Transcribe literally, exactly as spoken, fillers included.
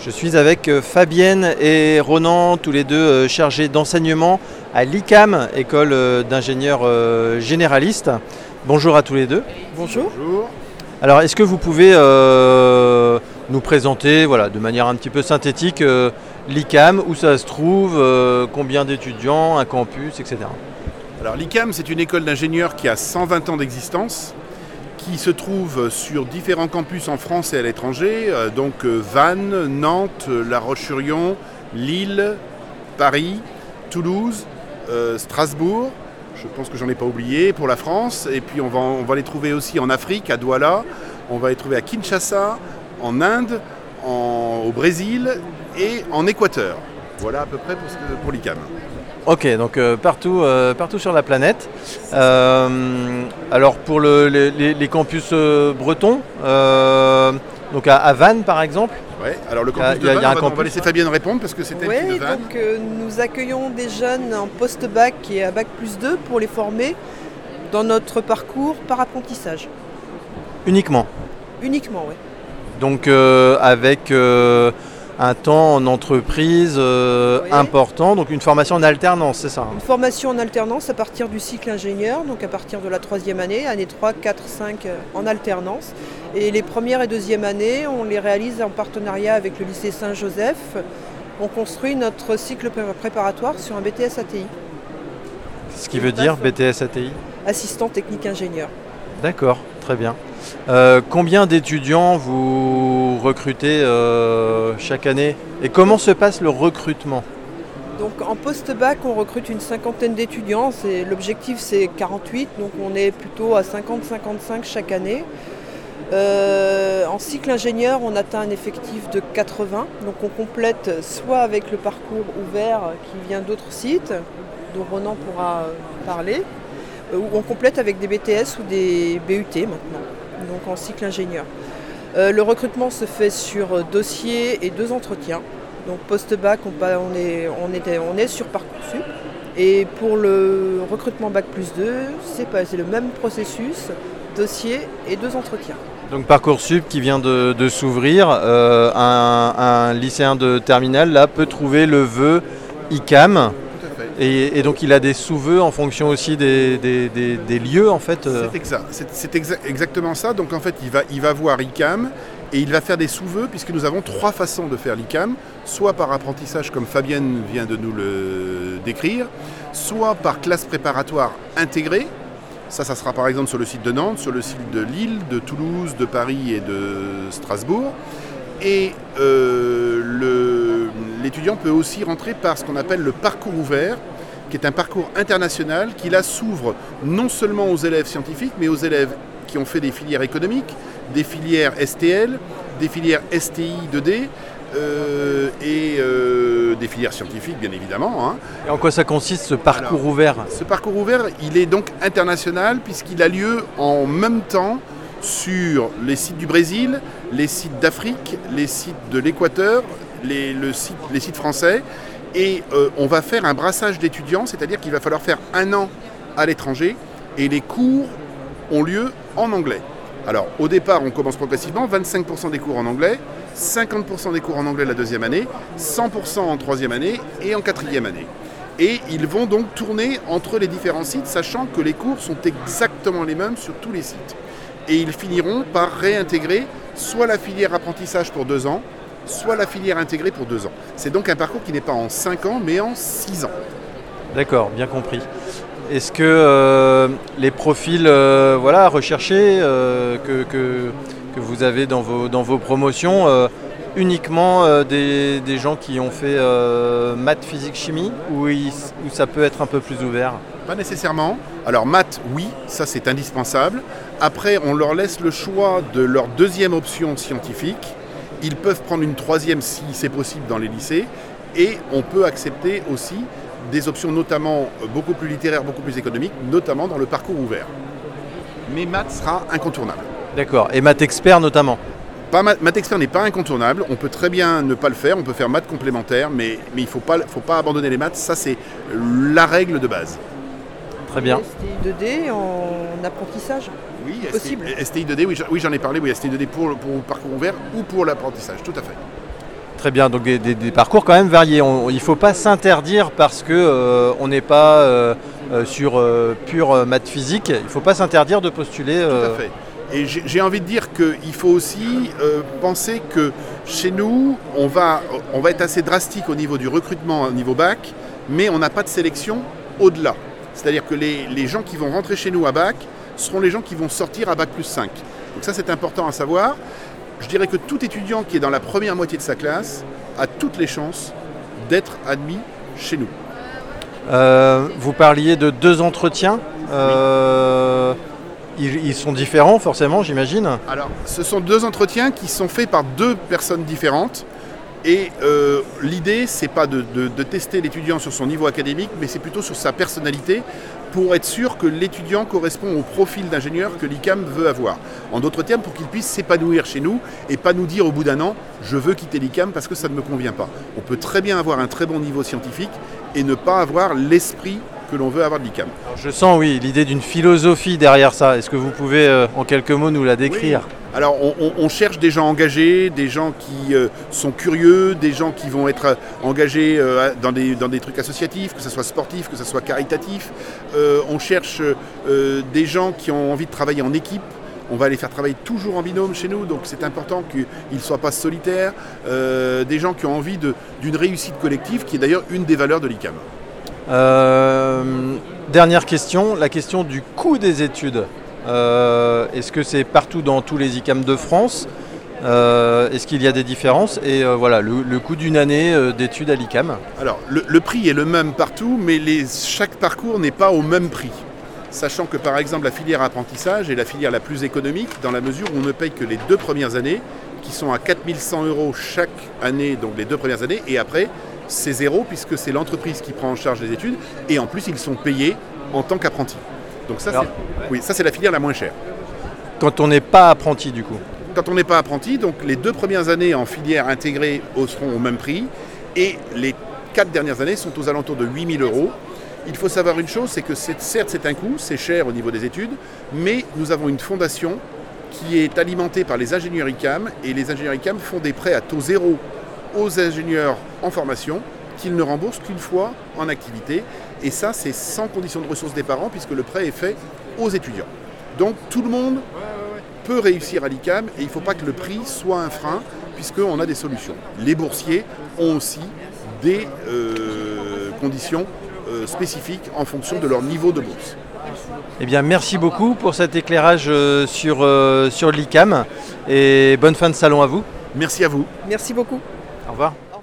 Je suis avec Fabienne et Ronan, tous les deux chargés d'enseignement à l'I C A M, école d'ingénieurs généralistes. Bonjour à tous les deux. Bonjour. Bonjour. Alors, est-ce que vous pouvez euh, nous présenter voilà, de manière un petit peu synthétique euh, l'I C A M, où ça se trouve, euh, combien d'étudiants, un campus, et cetera. Alors l'I C A M, c'est une école d'ingénieurs qui a cent vingt ans d'existence, qui se trouve sur différents campus en France et à l'étranger, euh, donc euh, Vannes, Nantes, La Roche-sur-Yon, Lille, Paris, Toulouse, euh, Strasbourg. Je pense que j'en ai pas oublié pour la France. Et puis on va, on va les trouver aussi en Afrique, à Douala. On va les trouver à Kinshasa, en Inde, en, au Brésil et en Équateur. Voilà à peu près pour, ce que, pour l'I C A M. Ok, donc euh, partout, euh, partout sur la planète. Euh, alors pour le, les, les campus euh, bretons, euh, donc à, à Vannes par exemple. Ouais, alors le campus y a, de Vannes, y a un on, va, campus, on va laisser Fabienne répondre parce que c'est elle ouais, qui est de Vannes. donc euh, nous accueillons des jeunes en post-bac et à bac plus deux pour les former dans notre parcours par apprentissage. Uniquement. Uniquement, oui. Donc euh, avec euh, un temps en entreprise euh, Oui. important, donc une formation en alternance, c'est ça hein? Une formation en alternance à partir du cycle ingénieur, donc à partir de la troisième année, année trois, quatre, cinq euh, en alternance. Et les premières et deuxièmes années, on les réalise en partenariat avec le lycée Saint-Joseph. On construit notre cycle préparatoire sur un B T S A T I. Ce qui veut dire B T S A T I? Assistant technique ingénieur. D'accord, très bien. Euh, combien d'étudiants vous recrutez euh, chaque année? Et comment se passe le recrutement? Donc en post-bac, on recrute une cinquantaine d'étudiants. C'est, l'objectif, c'est quarante-huit, donc on est plutôt à cinquante à cinquante-cinq chaque année. Euh, en cycle ingénieur, on atteint un effectif de quatre-vingts. Donc on complète soit avec le parcours ouvert qui vient d'autres sites, dont Ronan pourra parler, ou on complète avec des B T S ou des B U T maintenant, donc en cycle ingénieur. Euh, le recrutement se fait sur dossier et deux entretiens. Donc post-bac, on, on, est, on, est, on est sur Parcoursup. Et pour le recrutement bac plus deux, c'est, pas, c'est le même processus, dossier et deux entretiens. Donc Parcoursup qui vient de, de s'ouvrir, euh, un, un lycéen de terminale là peut trouver le vœu I C A M. Tout à fait. Et, et donc il a des sous-vœux en fonction aussi des, des, des, des lieux en fait. C'est exact, c'est, c'est exa- exactement ça. Donc en fait il va, il va voir I C A M et il va faire des sous-vœux puisque nous avons trois façons de faire l'I C A M. Soit par apprentissage comme Fabienne vient de nous le décrire, soit par classe préparatoire intégrée. Ça, ça sera par exemple sur le site de Nantes, sur le site de Lille, de Toulouse, de Paris et de Strasbourg. Et euh, le, l'étudiant peut aussi rentrer par ce qu'on appelle le parcours ouvert, qui est un parcours international qui là s'ouvre non seulement aux élèves scientifiques, mais aux élèves qui ont fait des filières économiques, des filières S T L, des filières S T I deux D euh, et euh, des filières scientifiques bien évidemment. Hein. Et en quoi ça consiste ce parcours Alors, ouvert? Ce parcours ouvert, il est donc international puisqu'il a lieu en même temps sur les sites du Brésil, les sites d'Afrique, les sites de l'Équateur, les, le site, les sites français. Et euh, on va faire un brassage d'étudiants, c'est-à-dire qu'il va falloir faire un an à l'étranger et les cours ont lieu en anglais. Alors au départ, on commence progressivement, vingt-cinq pour cent des cours en anglais, cinquante pour cent des cours en anglais la deuxième année, cent pour cent en troisième année et en quatrième année. Et ils vont donc tourner entre les différents sites, sachant que les cours sont exactement les mêmes sur tous les sites. Et ils finiront par réintégrer soit la filière apprentissage pour deux ans, soit la filière intégrée pour deux ans. C'est donc un parcours qui n'est pas en cinq ans, mais en six ans. D'accord, bien compris. Est-ce que euh, les profils euh, voilà, recherchés euh, que, que, que vous avez dans vos, dans vos promotions, euh, uniquement euh, des, des gens qui ont fait euh, maths, physique, chimie, ou, il, ou ça peut être un peu plus ouvert? Pas nécessairement. Alors maths, oui, ça c'est indispensable. Après, on leur laisse le choix de leur deuxième option scientifique. Ils peuvent prendre une troisième si c'est possible dans les lycées. Et on peut accepter aussi des options notamment beaucoup plus littéraires, beaucoup plus économiques, notamment dans le parcours ouvert. Mais maths sera incontournable. D'accord, et maths expert notamment? Pas maths, maths expert n'est pas incontournable, on peut très bien ne pas le faire, on peut faire maths complémentaire, mais, mais il ne faut pas, faut pas abandonner les maths, ça c'est la règle de base. Très bien. S T I deux D en apprentissage? Oui, possible. S T I deux D, oui, oui j'en ai parlé, oui, S T I deux D pour, pour le parcours ouvert ou pour l'apprentissage, tout à fait. Très bien, donc des, des, des parcours quand même variés. On, il ne faut pas s'interdire parce qu'on euh, n'est pas euh, euh, sur euh, pure maths physique, il ne faut pas s'interdire de postuler. Euh... Tout à fait. Et j'ai, j'ai envie de dire qu'il faut aussi euh, penser que chez nous, on va, on va être assez drastique au niveau du recrutement, au niveau bac, mais on n'a pas de sélection au-delà. C'est-à-dire que les, les gens qui vont rentrer chez nous à bac seront les gens qui vont sortir à bac plus cinq. Donc ça, c'est important à savoir. Je dirais que tout étudiant qui est dans la première moitié de sa classe a toutes les chances d'être admis chez nous. Euh, vous parliez de deux entretiens. Euh, ils, ils sont différents forcément, j'imagine. Alors, ce sont deux entretiens qui sont faits par deux personnes différentes. Et euh, l'idée, c'est pas de, de, de tester l'étudiant sur son niveau académique, mais c'est plutôt sur sa personnalité pour être sûr que l'étudiant correspond au profil d'ingénieur que l'I C A M veut avoir. En d'autres termes, pour qu'il puisse s'épanouir chez nous et pas nous dire au bout d'un an « je veux quitter l'I C A M parce que ça ne me convient pas ». On peut très bien avoir un très bon niveau scientifique et ne pas avoir l'esprit que l'on veut avoir de l'I C A M. Alors, je sens, oui, l'idée d'une philosophie derrière ça. Est-ce que vous pouvez, euh, en quelques mots, nous la décrire ? Oui. Alors, on, on, on cherche des gens engagés, des gens qui euh, sont curieux, des gens qui vont être engagés euh, dans, des, dans des trucs associatifs, que ce soit sportif, que ce soit caritatif. Euh, on cherche euh, des gens qui ont envie de travailler en équipe. On va les faire travailler toujours en binôme chez nous, donc c'est important qu'ils ne soient pas solitaires. Euh, des gens qui ont envie de, d'une réussite collective, qui est d'ailleurs une des valeurs de l'I C A M. Euh, dernière question, la question du coût des études. Euh, est-ce que c'est partout dans tous les I C A M de France ? euh, Est-ce qu'il y a des différences ? Et euh, voilà, le, le coût d'une année euh, d'études à l'I C A M. Alors, le, le prix est le même partout, mais les, chaque parcours n'est pas au même prix. Sachant que, par exemple, la filière apprentissage est la filière la plus économique dans la mesure où on ne paye que les deux premières années, qui sont à quatre mille cent euros chaque année, donc les deux premières années, et après, c'est zéro, puisque c'est l'entreprise qui prend en charge les études, et en plus, ils sont payés en tant qu'apprentis. Donc ça, Alors, c'est, oui, ça, c'est la filière la moins chère. Quand on n'est pas apprenti, du coup. Quand on n'est pas apprenti, donc les deux premières années en filière intégrée seront au même prix, et les quatre dernières années sont aux alentours de huit mille euros. Il faut savoir une chose, c'est que c'est, certes, c'est un coût, c'est cher au niveau des études, mais nous avons une fondation qui est alimentée par les ingénieurs I C A M, et les ingénieurs I C A M font des prêts à taux zéro aux ingénieurs en formation, qu'ils ne remboursent qu'une fois en activité. Et ça, c'est sans condition de ressources des parents, puisque le prêt est fait aux étudiants. Donc tout le monde peut réussir à l'I C A M, et il ne faut pas que le prix soit un frein, puisqu'on a des solutions. Les boursiers ont aussi des euh, conditions euh, spécifiques en fonction de leur niveau de bourse. Eh bien, merci beaucoup pour cet éclairage euh, sur, euh, sur l'I C A M, et bonne fin de salon à vous. Merci à vous. Merci beaucoup. Au revoir.